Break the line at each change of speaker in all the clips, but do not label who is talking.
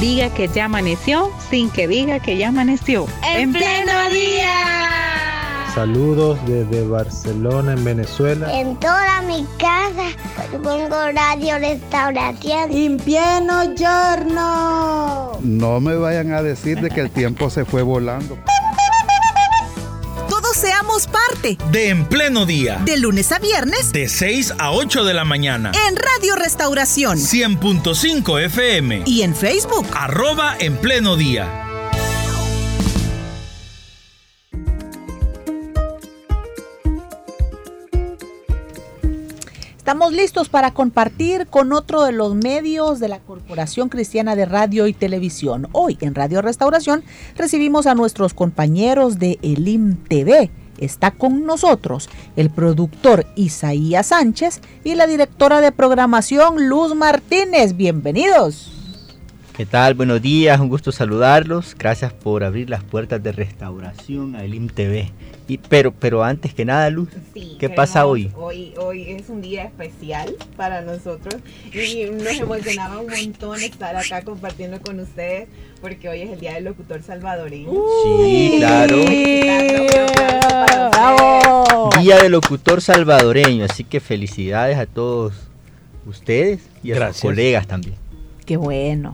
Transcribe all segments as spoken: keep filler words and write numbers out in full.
Diga que ya amaneció sin que diga que ya amaneció.
¡En pleno día!
Saludos desde Barcelona, en Venezuela.
En toda mi casa pongo Radio Restauración.
¡En pieno giorno!
No me vayan a decir de que el tiempo se fue volando.
Todos seamos parte
de En Pleno Día,
de lunes a viernes,
de seis a ocho de la mañana,
en Radio Restauración
cien punto cinco F M
y en Facebook,
arroba En Pleno Día.
Estamos listos para compartir con otro de los medios de la Corporación Cristiana de Radio y Televisión. Hoy en Radio Restauración recibimos a nuestros compañeros de Elim T V. Está con nosotros el productor Isaías Sánchez y la directora de programación Luz Martínez. Bienvenidos.
¿Qué tal? Buenos días, un gusto saludarlos. Gracias por abrir las puertas de Restauración a Elim T V. Y, pero, pero antes que nada, Luz,
sí,
¿qué pasa hoy?
hoy? Hoy es un día especial para nosotros y nos emocionaba un montón estar acá compartiendo con ustedes porque hoy es el Día del Locutor Salvadoreño.
Sí, claro.
¡Bravo!
Día del Locutor Salvadoreño, así que felicidades a todos ustedes y a
Gracias.
sus colegas también.
¡Qué bueno!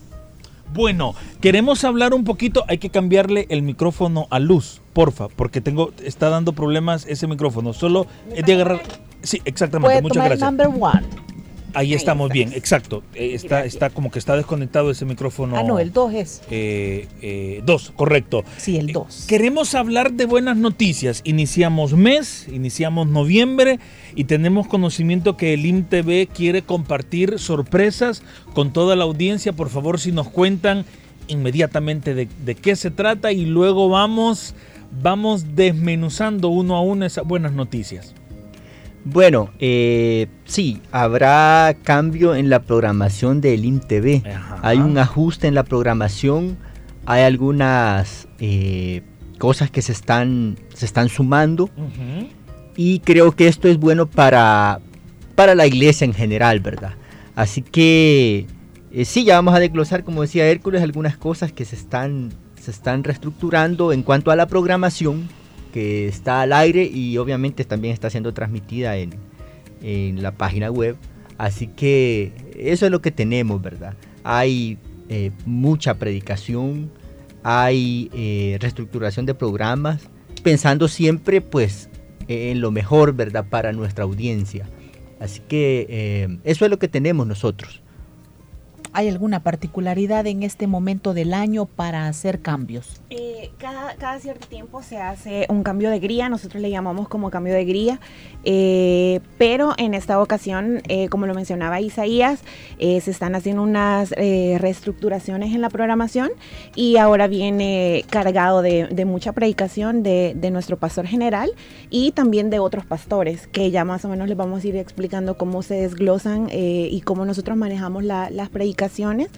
Bueno, queremos hablar un poquito, hay que cambiarle el micrófono a Luz, porfa, porque tengo, está dando problemas ese micrófono, solo es de agarrar, sí, exactamente,
Puede
muchas
tomar
gracias.
number one.
Ahí estamos
está.
bien, exacto, eh, está, está como que está desconectado ese micrófono.
Ah, no, el dos es.
Eh, eh, dos, correcto.
Sí, el dos.
Eh, queremos hablar de buenas noticias. Iniciamos mes, iniciamos noviembre y tenemos conocimiento que el Elim T V quiere compartir sorpresas con toda la audiencia. Por favor, si nos cuentan inmediatamente de, de qué se trata y luego vamos, vamos desmenuzando uno a uno esas buenas noticias.
Bueno, eh, sí, habrá cambio en la programación de Elim T V.
Ajá.
Hay un ajuste en la programación, hay algunas eh, cosas que se están, se están sumando
Uh-huh.
y creo que esto es bueno para, para la iglesia en general, ¿verdad? Así que eh, sí, ya vamos a desglosar, como decía Hércules, algunas cosas que se están, se están reestructurando en cuanto a la programación que está al aire y obviamente también está siendo transmitida en, en la página web. Así que eso es lo que tenemos, ¿verdad? Hay eh, mucha predicación, hay eh, reestructuración de programas, pensando siempre pues en lo mejor, ¿verdad? Para nuestra audiencia. Así que eh, eso es lo que tenemos nosotros.
¿Hay alguna particularidad en este momento del año para hacer cambios?
Eh, cada, cada cierto tiempo se hace un cambio de grilla, nosotros le llamamos como cambio de grilla, eh, pero en esta ocasión, eh, como lo mencionaba Isaías, eh, se están haciendo unas eh, reestructuraciones en la programación y ahora viene cargado de, de mucha predicación de, de nuestro pastor general y también de otros pastores, que ya más o menos les vamos a ir explicando cómo se desglosan eh, y cómo nosotros manejamos la, las predicaciones.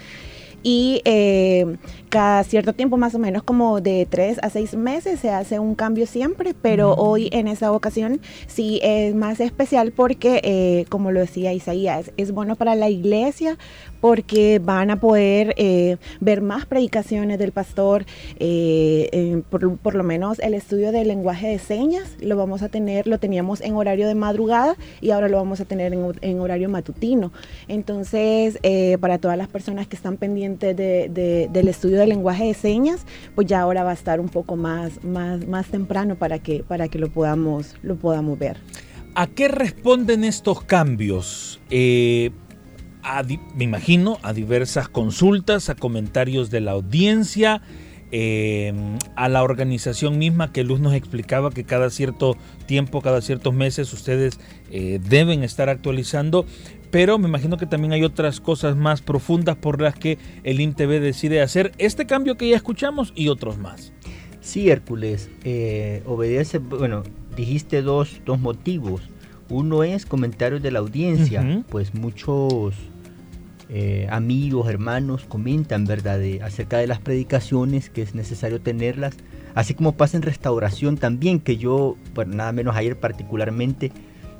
Y eh, cada cierto tiempo, más o menos como de tres a seis meses, se hace un cambio siempre, pero mm. hoy en esa ocasión sí es más especial porque, eh, como lo decía Isaías, es bueno para la iglesia porque van a poder eh, ver más predicaciones del pastor, eh, eh, por, por lo menos el estudio del lenguaje de señas lo vamos a tener, lo teníamos en horario de madrugada y ahora lo vamos a tener en, en horario matutino. Entonces, eh, para todas las personas que están pendientes de, de, del estudio del lenguaje de señas, pues ya ahora va a estar un poco más, más, más temprano para que, para que lo podamos, lo podamos ver.
¿A qué responden estos cambios? Eh, a, me imagino a diversas consultas, a comentarios de la audiencia, eh, a la organización misma que Luz nos explicaba que cada cierto tiempo, cada ciertos meses ustedes eh, deben estar actualizando, pero me imagino que también hay otras cosas más profundas por las que el Elim T V decide hacer este cambio que ya escuchamos y otros más.
Sí, Hércules, eh, obedece, bueno, dijiste dos, dos motivos. Uno es comentarios de la audiencia, uh-huh. pues muchos eh, amigos, hermanos comentan, ¿verdad?, de, acerca de las predicaciones, que es necesario tenerlas, así como pasa en restauración también, que yo, bueno, nada menos ayer particularmente,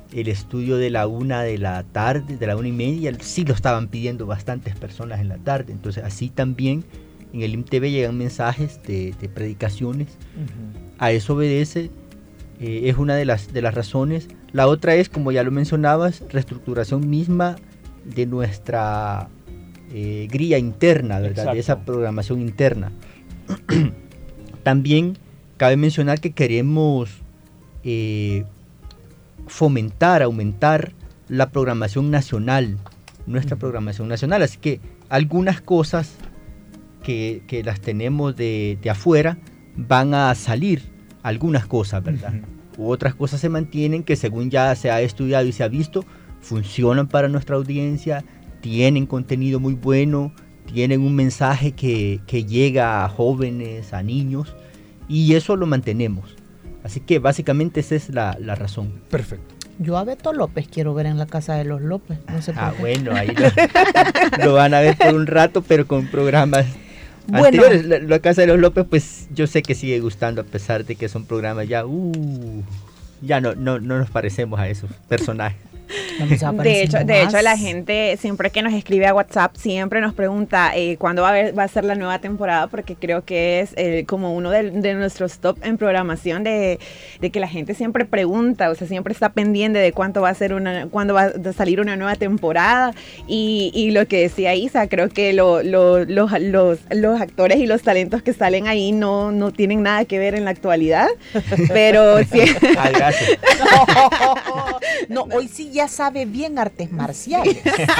el estudio de la una de la tarde, de la una y media, sí lo estaban pidiendo bastantes personas en la tarde. Entonces así también en el I M T V llegan mensajes de, de predicaciones. Uh-huh. A eso obedece, eh, es una de las, de las razones. La otra es, como ya lo mencionabas, reestructuración misma de nuestra eh, grilla interna, ¿verdad? Exacto. De esa programación interna. También cabe mencionar que queremos eh, fomentar, aumentar la programación nacional, nuestra uh-huh. programación nacional. Así que algunas cosas que, que las tenemos de, de afuera van a salir, algunas cosas, ¿verdad? Uh-huh. U otras cosas se mantienen que según ya se ha estudiado y se ha visto, funcionan para nuestra audiencia, tienen contenido muy bueno, tienen un mensaje que, que llega a jóvenes, a niños, y eso lo mantenemos. Así que básicamente esa es la, la razón.
Perfecto.
Yo a Beto López quiero ver en la casa de los López. No sé por
ah,
qué.
Bueno, ahí lo, lo van a ver por un rato, pero con programas bueno. anteriores. La, la casa de los López, pues yo sé que sigue gustando, a pesar de que son programas ya, uh, ya no, no, no nos parecemos a esos personajes.
De hecho, de hecho, la gente siempre que nos escribe a WhatsApp siempre nos pregunta eh, cuándo va a, haber, va a ser la nueva temporada, porque creo que es eh, como uno de, de nuestros top en programación de, de que la gente siempre pregunta, o sea, siempre está pendiente de cuánto va a ser una, cuándo va a salir una nueva temporada. Y, y lo que decía Isa, creo que lo, lo, los, los, los actores y los talentos que salen ahí no, no tienen nada que ver en la actualidad, pero sí.
Ah, gracias.
No, no, hoy sí ya sabe bien artes marciales.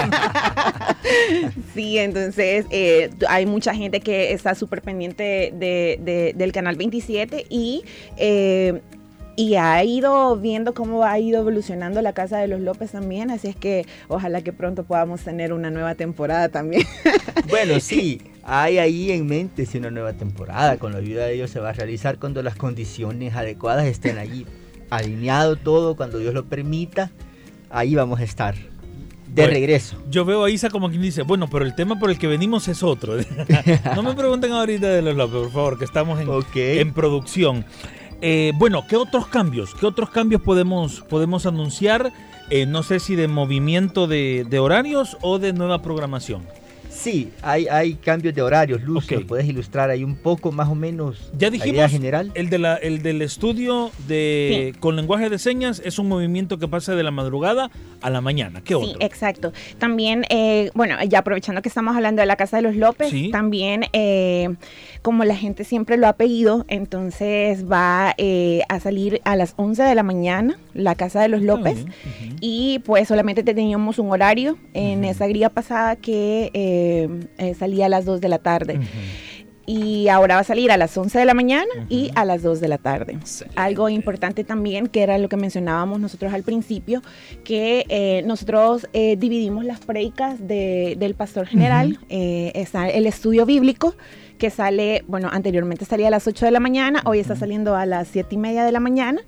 Sí, entonces eh, hay mucha gente que está súper pendiente de, de, del Canal veintisiete y, eh, y ha ido viendo cómo ha ido evolucionando la Casa de los López también, así es que ojalá que pronto podamos tener una nueva temporada también.
Bueno, sí, hay ahí en mente si una nueva temporada, con la ayuda de Dios, se va a realizar cuando las condiciones adecuadas estén allí, alineado todo, cuando Dios lo permita. Ahí vamos a estar, de bueno, regreso.
Yo veo a Isa como quien dice, bueno, pero el tema por el que venimos es otro. No me pregunten ahorita de los López, por favor, que estamos en, okay. en producción. Eh, bueno, ¿qué otros cambios? ¿Qué otros cambios podemos, podemos anunciar? Eh, no sé si de movimiento de, de horarios o de nueva programación.
Sí, hay, hay cambios de horarios, Luz, okay. ¿Lo puedes ilustrar ahí un poco más o menos?
Ya dijimos,
la idea general.
El, de la, el del estudio de sí. con lenguaje de señas es un movimiento que pasa de la madrugada a la mañana. ¿Qué otro?
Sí, exacto. También, eh, bueno, ya aprovechando que estamos hablando de la Casa de los López, ¿sí? También, eh, como la gente siempre lo ha pedido, entonces va eh, a salir a las once de la mañana la Casa de los López, uh-huh. Y pues solamente teníamos un horario en uh-huh. esa grilla pasada que eh, eh, salía a las dos de la tarde. Uh-huh. Y ahora va a salir a las once de la mañana uh-huh. y a las dos de la tarde. Sí. Algo importante también, que era lo que mencionábamos nosotros al principio, que eh, nosotros eh, dividimos las prédicas de, del pastor general, uh-huh. eh, está el estudio bíblico, que sale, bueno, anteriormente salía a las ocho de la mañana, hoy está saliendo a las siete y media de la mañana.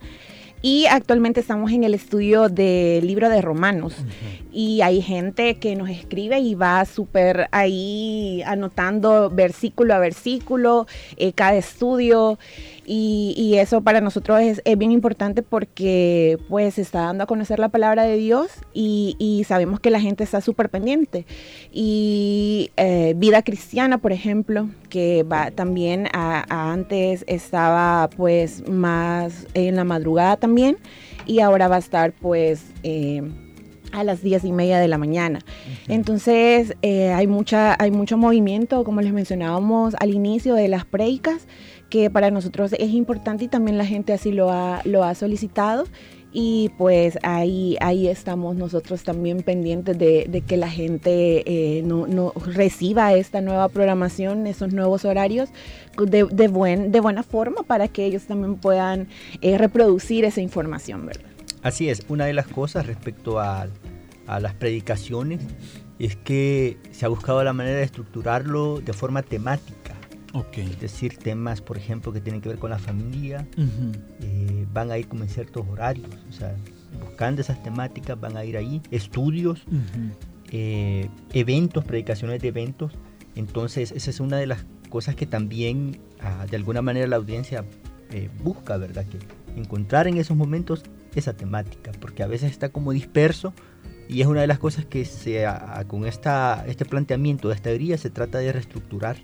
Y actualmente estamos en el estudio del libro de Romanos. Uh-huh. Y hay gente que nos escribe y va súper ahí anotando versículo a versículo, eh, cada estudio. Y, y eso para nosotros es, es bien importante porque pues se está dando a conocer la palabra de Dios y, y sabemos que la gente está súper pendiente. Y eh, Vida Cristiana, por ejemplo, que va también a, a antes estaba pues más en la madrugada también y ahora va a estar pues eh, a las diez y media de la mañana. Uh-huh. Entonces eh, hay mucha, hay mucho movimiento, como les mencionábamos al inicio de las prédicas, que para nosotros es importante y también la gente así lo ha, lo ha solicitado. Y pues ahí, ahí estamos nosotros también pendientes de, de que la gente eh, no, no reciba esta nueva programación, esos nuevos horarios de, de, buen, de buena forma para que ellos también puedan eh, reproducir esa información, ¿verdad?
Así es, una de las cosas respecto a, a las predicaciones es que se ha buscado la manera de estructurarlo de forma temática. Okay. Es decir, temas, por ejemplo, que tienen que ver con la familia, uh-huh. eh, van a ir como en ciertos horarios, o sea, buscando esas temáticas van a ir ahí, estudios, uh-huh. eh, eventos, predicaciones de eventos. Entonces esa es una de las cosas que también uh, de alguna manera la audiencia eh, busca, ¿verdad? Que encontrar en esos momentos esa temática, porque a veces está como disperso y es una de las cosas que se, a, con esta, este planteamiento de esta teoría se trata de reestructurar.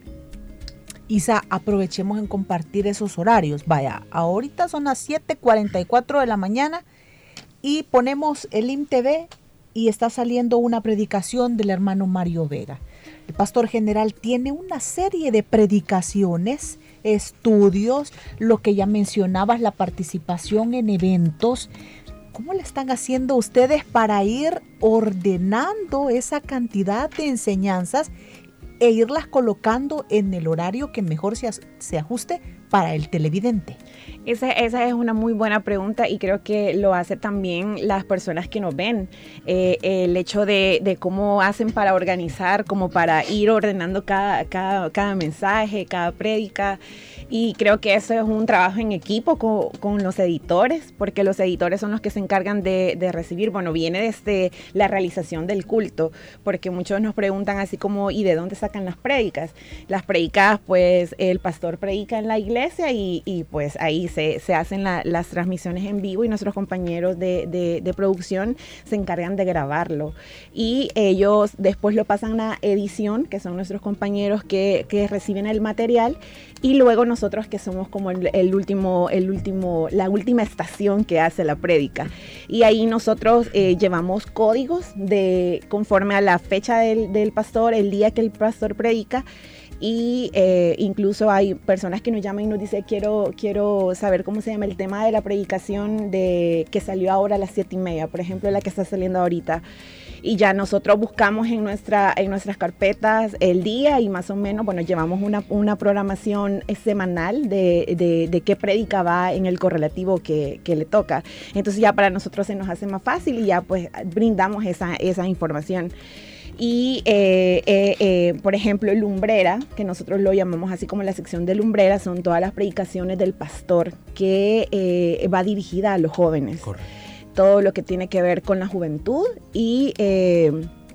Isa, aprovechemos en compartir esos horarios. Vaya, ahorita son las siete cuarenta y cuatro de la mañana y ponemos el I M T V y está saliendo una predicación del hermano Mario Vega. El pastor general tiene una serie de predicaciones, estudios, lo que ya mencionabas, la participación en eventos. ¿Cómo le están haciendo ustedes para ir ordenando esa cantidad de enseñanzas e irlas colocando en el horario que mejor se, se ajuste para el televidente?
Esa, esa es una muy buena pregunta y creo que lo hace también las personas que nos ven. Eh, el hecho de, de cómo hacen para organizar, como para ir ordenando cada, cada, cada mensaje, cada prédica. Y creo que eso es un trabajo en equipo con, con los editores, porque los editores son los que se encargan de, de recibir, bueno, viene desde la realización del culto, porque muchos nos preguntan así como, ¿y de dónde sacan las prédicas? Las prédicas, pues el pastor predica en la iglesia y, y pues ahí se, se hacen la, las transmisiones en vivo y nuestros compañeros de, de, de producción se encargan de grabarlo. Y ellos después lo pasan a edición, que son nuestros compañeros que, que reciben el material, y luego nosotros que somos como el, el último, el último, la última estación que hace la prédica. Y ahí nosotros eh, llevamos códigos de conforme a la fecha del, del pastor, el día que el pastor predica. Y eh, incluso hay personas que nos llaman y nos dicen, quiero, quiero saber cómo se llama el tema de la predicación de, que salió ahora a las siete y media, por ejemplo, la que está saliendo ahorita. Y ya nosotros buscamos en, nuestra, en nuestras carpetas el día y más o menos, bueno, llevamos una, una programación semanal de, de, de qué prédica va en el correlativo que, que le toca. Entonces ya para nosotros se nos hace más fácil y ya pues brindamos esa, esa información. Y, eh, eh, eh, por ejemplo, lumbrera, que nosotros lo llamamos así como la sección de lumbrera, son todas las predicaciones del pastor que eh, va dirigida a los jóvenes. Correcto. Todo lo que tiene que ver con la juventud y eh,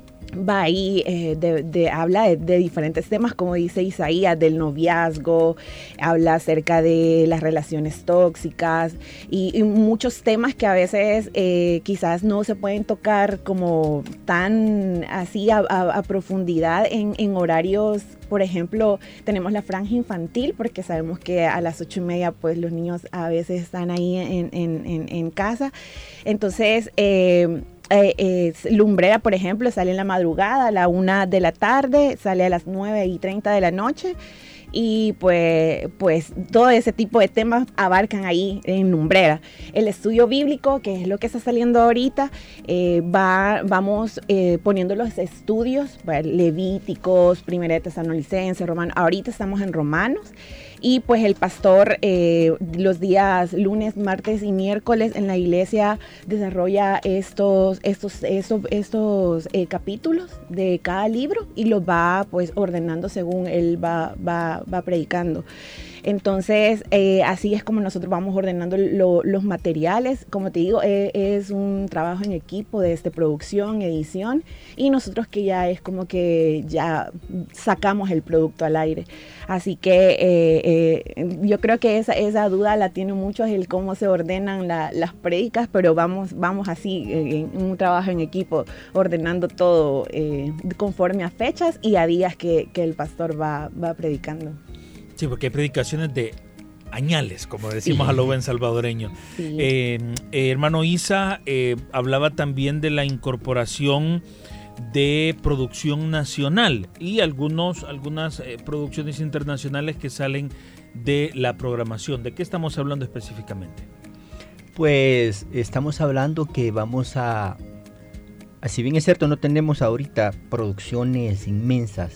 va ahí, eh, de, de, habla de, de diferentes temas, como dice Isaías, del noviazgo, habla acerca de las relaciones tóxicas y, y muchos temas que a veces eh, quizás no se pueden tocar como tan así a, a, a profundidad en, en horarios. Por ejemplo, tenemos la franja infantil porque sabemos que a las ocho y media pues los niños a veces están ahí en, en, en, en casa. Entonces, eh, eh, eh, lumbrera, por ejemplo, sale en la madrugada a la una de la tarde, sale a las nueve y treinta de la noche. Y pues, pues todo ese tipo de temas abarcan ahí en lumbrera. El estudio bíblico, que es lo que está saliendo ahorita, eh, va, vamos eh, poniendo los estudios, Levíticos, Primera de Tesalonicenses, Romanos. Ahorita estamos en Romanos. Y pues el pastor eh, los días lunes, martes y miércoles en la iglesia desarrolla estos, estos, estos, estos eh, capítulos de cada libro y los va pues ordenando según él va, va, va predicando. Entonces, eh, así es como nosotros vamos ordenando lo, los materiales. Como te digo, eh, es un trabajo en equipo de este, producción, edición, y nosotros que ya es como que ya sacamos el producto al aire. Así que eh, eh, yo creo que esa, esa duda la tienen muchos, el cómo se ordenan la, las prédicas, pero vamos, vamos así, eh, en un trabajo en equipo, ordenando todo eh, conforme a fechas y a días que, que el pastor va, va predicando.
Sí, porque hay predicaciones de añales, como decimos sí. a lo buen salvadoreño. Sí. Eh, eh, hermano Isa, eh, hablaba también de la incorporación de producción nacional y algunos, algunas eh, producciones internacionales que salen de la programación. ¿De qué estamos hablando específicamente?
Pues estamos hablando que vamos a, a si bien es cierto, no tenemos ahorita producciones inmensas,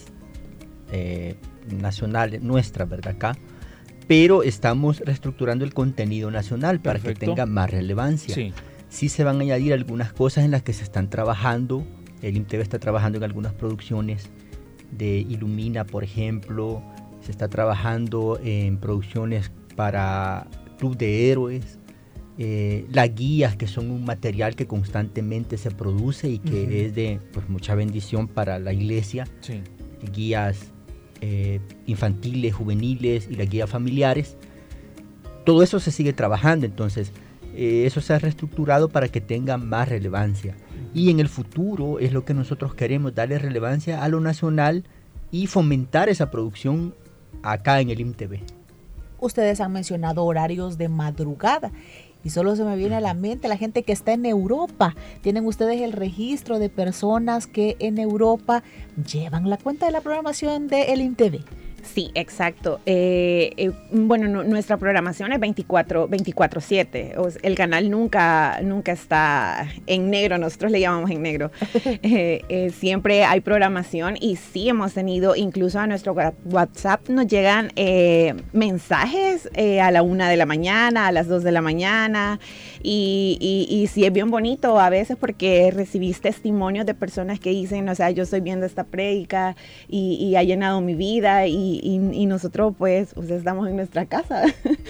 eh, nacionales nuestras, ¿verdad? Acá, pero estamos reestructurando el contenido nacional para Perfecto. que tenga más relevancia. Sí. sí se van a añadir algunas cosas en las que se están trabajando. El I M T V está trabajando en algunas producciones de Ilumina, por ejemplo. Se está trabajando en producciones para Club de Héroes. Eh, las guías, que son un material que constantemente se produce y que uh-huh. es de pues, mucha bendición para la iglesia. Sí. Guías Eh, infantiles, juveniles y las guías familiares. Todo eso se sigue trabajando. Entonces eh, eso se ha reestructurado para que tenga más relevancia. Y en el futuro es lo que nosotros queremos, darle relevancia a lo nacional y fomentar esa producción acá en el I M T V.
Ustedes han mencionado horarios de madrugada y solo se me viene a la mente la gente que está en Europa. ¿Tienen ustedes el registro de personas que en Europa llevan la cuenta de la programación de el I M T V?
Sí, exacto. Eh, eh, bueno, no, nuestra programación es veinticuatro siete. O sea, el canal nunca, nunca está en negro, nosotros le llamamos en negro. eh, eh, siempre hay programación y sí hemos tenido, incluso a nuestro WhatsApp nos llegan eh, mensajes eh, a la una de la mañana, a las dos de la mañana. Y, y, y sí es bien bonito a veces porque recibís testimonios de personas que dicen, o sea, yo estoy viendo esta prédica y, y ha llenado mi vida y Y, y nosotros pues, pues estamos en nuestra casa.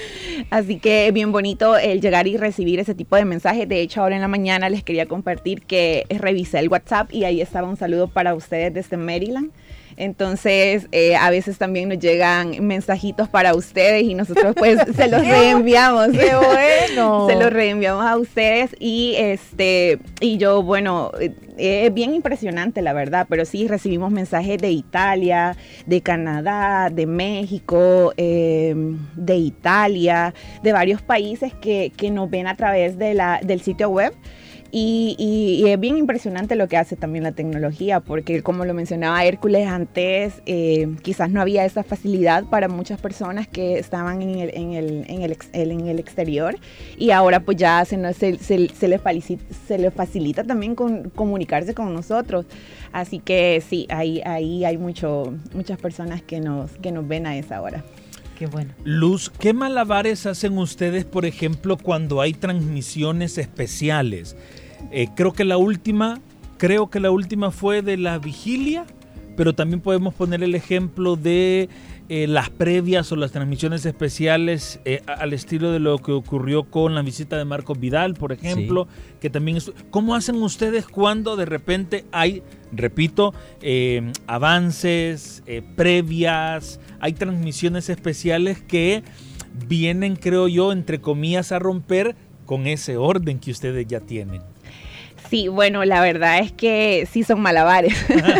Así que es bien bonito el llegar y recibir ese tipo de mensajes. De hecho, ahora en la mañana les quería compartir que revisé el WhatsApp y ahí estaba un saludo para ustedes desde Maryland. Entonces, eh, a veces también nos llegan mensajitos para ustedes y nosotros pues se los reenviamos.
¡Qué bueno!
Se los reenviamos a ustedes y este y yo, bueno, es eh, bien impresionante la verdad, pero sí recibimos mensajes de Italia, de Canadá, de México, eh, de Italia, de varios países que, que nos ven a través de la, del sitio web. Y, y, y es bien impresionante lo que hace también la tecnología, porque como lo mencionaba Hércules antes, eh, quizás no había esa facilidad para muchas personas que estaban en el, en el, en el, ex, en el exterior, y ahora pues ya se, se, se, se, les, facilita, se les facilita también con, comunicarse con nosotros. Así que sí, ahí, ahí hay mucho, muchas personas que nos, que nos ven a esa hora.
Qué bueno.
Luz, ¿qué malabares hacen ustedes, por ejemplo, cuando hay transmisiones especiales? Eh, creo que la última, creo que la última fue de la vigilia, pero también podemos poner el ejemplo de eh, las previas o las transmisiones especiales eh, al estilo de lo que ocurrió con la visita de Marcos Vidal, por ejemplo, sí. que también es, ¿cómo hacen ustedes cuando de repente hay, repito, eh, avances, eh, previas, hay transmisiones especiales que vienen, creo yo, entre comillas, a romper con ese orden que ustedes ya tienen?
Sí, bueno, la verdad es que sí son malabares.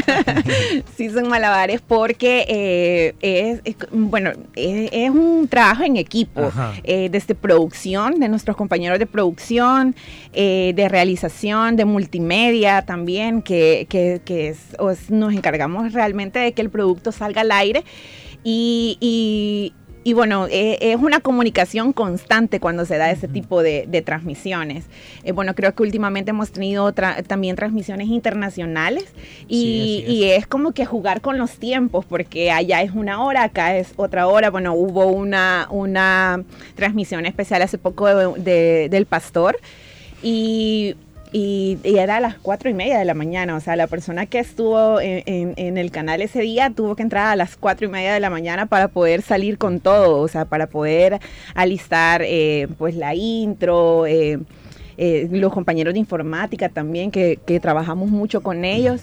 sí son malabares porque eh, es, es, bueno, es, es un trabajo en equipo, eh, desde producción, de nuestros compañeros de producción, eh, de realización, de multimedia también, que, que, que es, os, nos encargamos realmente de que el producto salga al aire y... y Y bueno, eh, es una comunicación constante cuando se da ese tipo de, de transmisiones. Eh, bueno, creo que últimamente hemos tenido tra- también transmisiones internacionales y, sí, es. y es como que jugar con los tiempos, porque allá es una hora, acá es otra hora. Bueno, hubo una, una transmisión especial hace poco de, de, del pastor y... Y, y era a las cuatro y media de la mañana, o sea, la persona que estuvo en, en, en el canal ese día tuvo que entrar a las cuatro y media de la mañana para poder salir con todo, o sea, para poder alistar eh, pues la intro, eh, eh, los compañeros de informática también, que, que trabajamos mucho con ellos.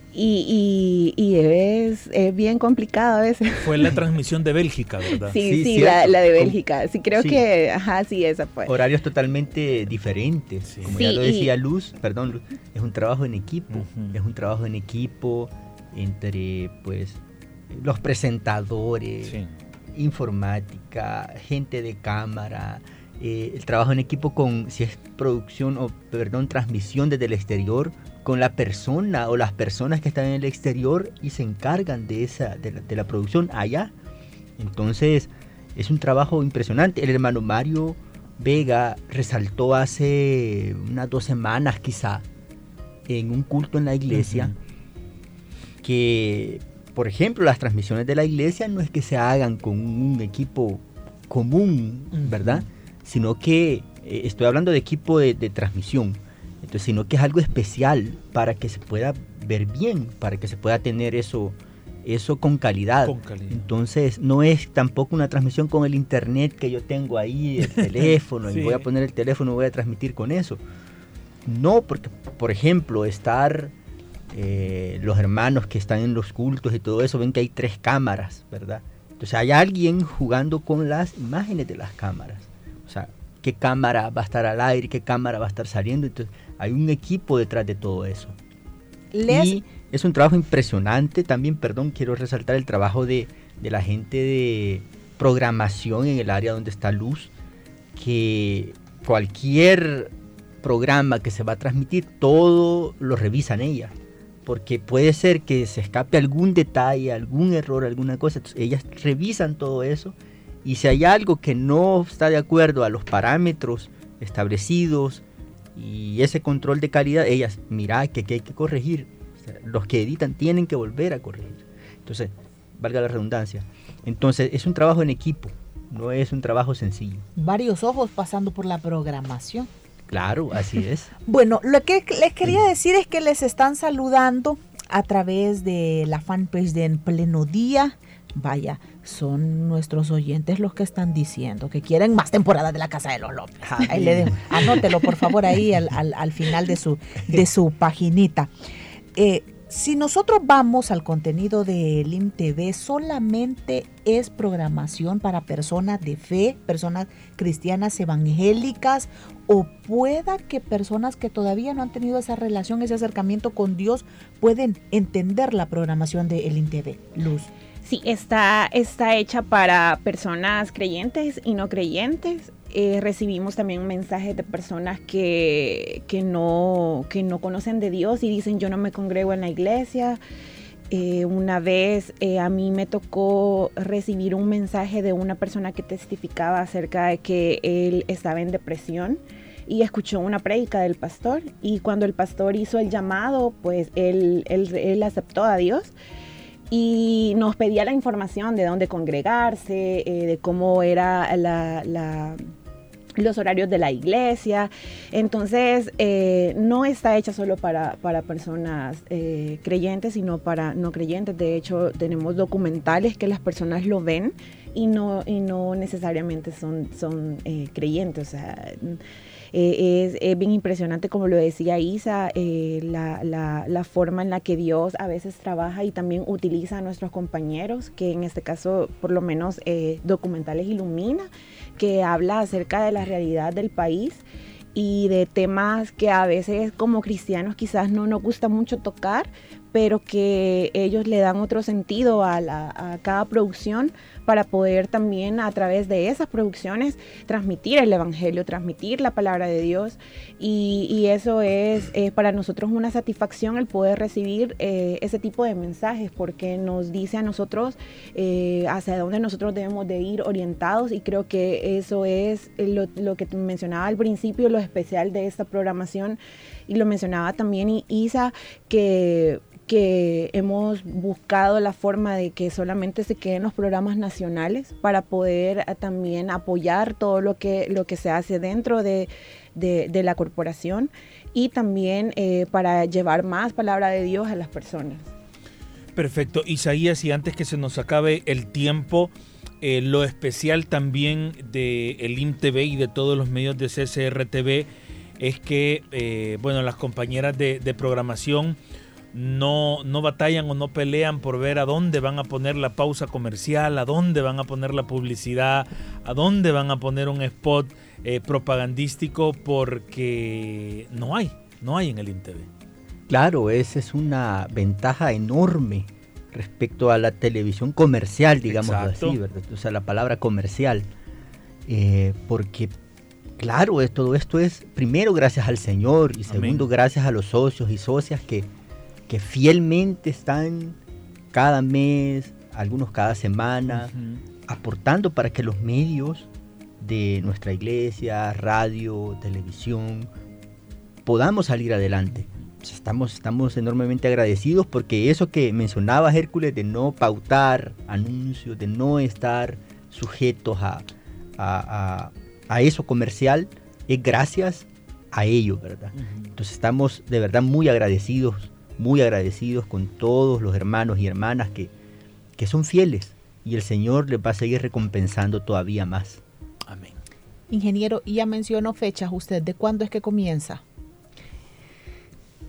Y, y, y es, es bien complicado a veces.
Fue la transmisión de Bélgica, ¿verdad?
Sí, sí, sí la, la de Bélgica. Sí, creo sí. que, ajá, sí, esa fue.
Horarios totalmente diferentes. Sí. Como sí, ya lo decía y... Luz, perdón, Luz, es un trabajo en equipo. Uh-huh. Es un trabajo en equipo entre, pues, los presentadores, sí. informática, gente de cámara, eh, el trabajo en equipo con, si es producción o, perdón, transmisión desde el exterior, con la persona o las personas que están en el exterior y se encargan de esa de la, de la producción allá. Entonces es un trabajo impresionante. El hermano Mario Vega resaltó hace unas dos semanas quizá en un culto en la iglesia uh-huh. que, por ejemplo, las transmisiones de la iglesia no es que se hagan con un equipo común, uh-huh. ¿verdad? Sino que eh, estoy hablando de equipo de, de transmisión. Entonces, sino que es algo especial para que se pueda ver bien, para que se pueda tener eso, eso con calidad.
con calidad.
Entonces, no es tampoco una transmisión con el internet que yo tengo ahí, el teléfono, sí. y voy a poner el teléfono y voy a transmitir con eso. No, porque, por ejemplo, estar eh, los hermanos que están en los cultos y todo eso, ven que hay tres cámaras, ¿verdad? Entonces, hay alguien jugando con las imágenes de las cámaras. O sea, qué cámara va a estar al aire, qué cámara va a estar saliendo. Entonces hay un equipo detrás de todo eso. Les... Y es un trabajo impresionante. También, perdón, quiero resaltar el trabajo de, de la gente de programación en el área donde está Luz, que cualquier programa que se va a transmitir, todo lo revisan ella, porque puede ser que se escape algún detalle, algún error, alguna cosa. Entonces ellas revisan todo eso, y si hay algo que no está de acuerdo a los parámetros establecidos y ese control de calidad, ellas, mira, que, que hay que corregir. O sea, los que editan tienen que volver a corregir. Entonces, valga la redundancia. Entonces, es un trabajo en equipo, no es un trabajo sencillo.
Varios ojos pasando por la programación.
Claro, así es.
Bueno, lo que les quería decir es que les están saludando a través de la fanpage de En Pleno Día. Vaya, son nuestros oyentes los que están diciendo que quieren más temporadas de La Casa de los López. Ahí le dejo, anótelo por favor ahí al, al, al final de su, de su paginita. Eh, Si nosotros vamos al contenido de L I M T V, solamente es programación para personas de fe, personas cristianas evangélicas, o pueda que personas que todavía no han tenido esa relación, ese acercamiento con Dios, pueden entender la programación de L I M T V. Luz.
Sí, está, está hecha para personas creyentes y no creyentes. Eh, recibimos también mensajes de personas que, que, no, que no conocen de Dios y dicen, yo no me congrego en la iglesia. Eh, una vez eh, a mí me tocó recibir un mensaje de una persona que testificaba acerca de que él estaba en depresión y escuchó una prédica del pastor, y cuando el pastor hizo el llamado, pues él, él, él aceptó a Dios. Y nos pedía la información de dónde congregarse, eh, de cómo era la, la, los horarios de la iglesia. Entonces, eh, no está hecha solo para, para personas eh, creyentes, sino para no creyentes. De hecho, tenemos documentales que las personas lo ven y no, y no necesariamente son, son eh, creyentes. O sea, Eh, es, es bien impresionante, como lo decía Isa, eh, la, la, la forma en la que Dios a veces trabaja y también utiliza a nuestros compañeros, que en este caso por lo menos eh, Documentales Ilumina, que habla acerca de la realidad del país y de temas que a veces como cristianos quizás no nos gusta mucho tocar, pero que ellos le dan otro sentido a, la, a cada producción para poder también a través de esas producciones transmitir el evangelio, transmitir la palabra de Dios, y, y eso es eh, para nosotros una satisfacción el poder recibir eh, ese tipo de mensajes, porque nos dice a nosotros eh, hacia dónde nosotros debemos de ir orientados, y creo que eso es lo, lo que mencionaba al principio, lo especial de esta programación, y lo mencionaba también Isa, que que hemos buscado la forma de que solamente se queden los programas nacionales para poder también apoyar todo lo que, lo que se hace dentro de, de, de la corporación, y también eh, para llevar más palabra de Dios a las personas.
Perfecto, Isaías, y antes que se nos acabe el tiempo, eh, lo especial también de el I M T V y de todos los medios de C C R T V es que, eh, bueno, las compañeras de, de programación No, no batallan o no pelean por ver a dónde van a poner la pausa comercial, a dónde van a poner la publicidad, a dónde van a poner un spot eh, propagandístico, porque no hay, no hay en el I M T V.
Claro, esa es una ventaja enorme respecto a la televisión comercial, digamos así, ¿verdad? O sea, la palabra comercial, eh, porque claro, es, todo esto es primero gracias al Señor y segundo Amén. Gracias a los socios y socias que que fielmente están cada mes, algunos cada semana, uh-huh. aportando para que los medios de nuestra iglesia, radio, televisión, podamos salir adelante. Estamos, estamos enormemente agradecidos, porque eso que mencionaba Hércules, de no pautar anuncios, de no estar sujetos a, a, a, a eso comercial, es gracias a ello, ¿verdad? Uh-huh. Entonces estamos de verdad muy agradecidos muy agradecidos con todos los hermanos y hermanas que, que son fieles, y el Señor les va a seguir recompensando todavía más.
Amén.
Ingeniero, ya mencionó fechas usted, ¿de cuándo es que comienza?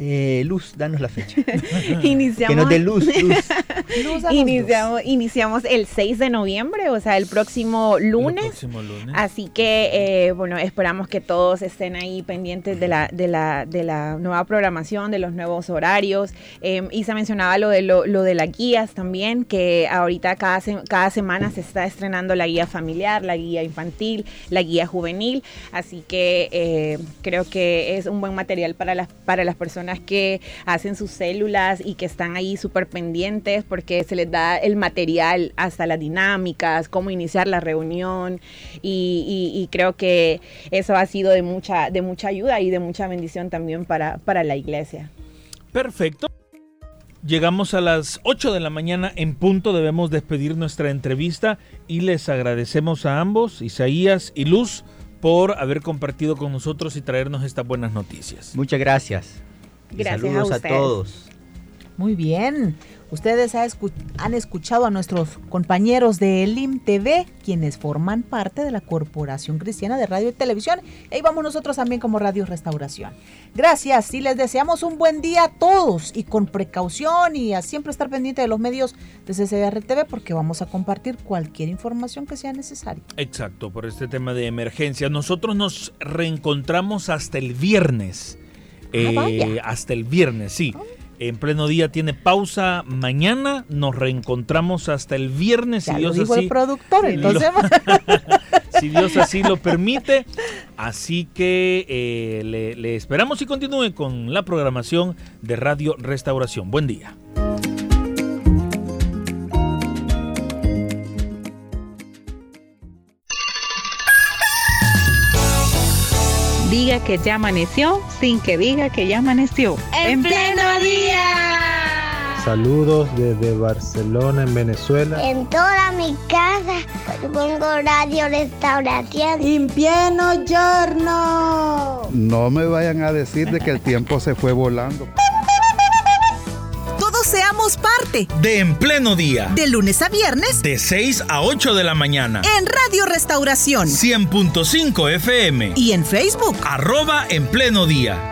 Eh, Luz, danos la fecha.
Iniciamos,
que nos dé luz, luz.
luz iniciamos, iniciamos el seis de noviembre, o sea, el próximo lunes. El próximo lunes. Así que, eh, bueno, esperamos que todos estén ahí pendientes de la, de la, de la nueva programación, de los nuevos horarios. Eh, Isa mencionaba lo de, lo, lo de las guías también, que ahorita cada, se, cada semana se está estrenando la guía familiar, la guía infantil, la guía juvenil. Así que eh, creo que es un buen material para las, para las personas que hacen sus células y que están ahí súper pendientes, porque se les da el material hasta las dinámicas, cómo iniciar la reunión, y, y, y creo que eso ha sido de mucha, de mucha ayuda y de mucha bendición también para, para la iglesia.
Perfecto. Llegamos a las ocho de la mañana en punto, debemos despedir nuestra entrevista y les agradecemos a ambos, Isaías y Luz, por haber compartido con nosotros y traernos estas buenas noticias.
Muchas gracias.
Gracias.
Saludos
a,
a todos.
Muy bien. Ustedes han escuchado a nuestros compañeros de Elim T V, quienes forman parte de la Corporación Cristiana de Radio y Televisión. Y ahí vamos nosotros también como Radio Restauración. Gracias y les deseamos un buen día a todos, y con precaución y a siempre estar pendiente de los medios de C C R T V, porque vamos a compartir cualquier información que sea necesaria.
Exacto, por este tema de emergencia. Nosotros nos reencontramos hasta el viernes. Eh,
vaya.
Hasta el viernes, sí. Oh. En Pleno Día tiene pausa mañana. Nos reencontramos hasta el viernes.
Ya
si Dios
lo dijo
así,
el productor, entonces.
Lo, si Dios así lo permite. Así que eh, le, le esperamos y continúe con la programación de Radio Restauración. Buen día.
Diga que ya amaneció sin que diga que ya amaneció.
¡En pleno día!
Saludos desde Barcelona, en Venezuela.
En toda mi casa pongo Radio Restauración.
¡En pieno giorno!
No me vayan a decir de que el tiempo se fue volando.
Todos seamos parte
de En Pleno Día,
de lunes a viernes,
de seis a ocho de la mañana,
en Radio Restauración
cien punto cinco F M
y en Facebook,
arroba En Pleno Día.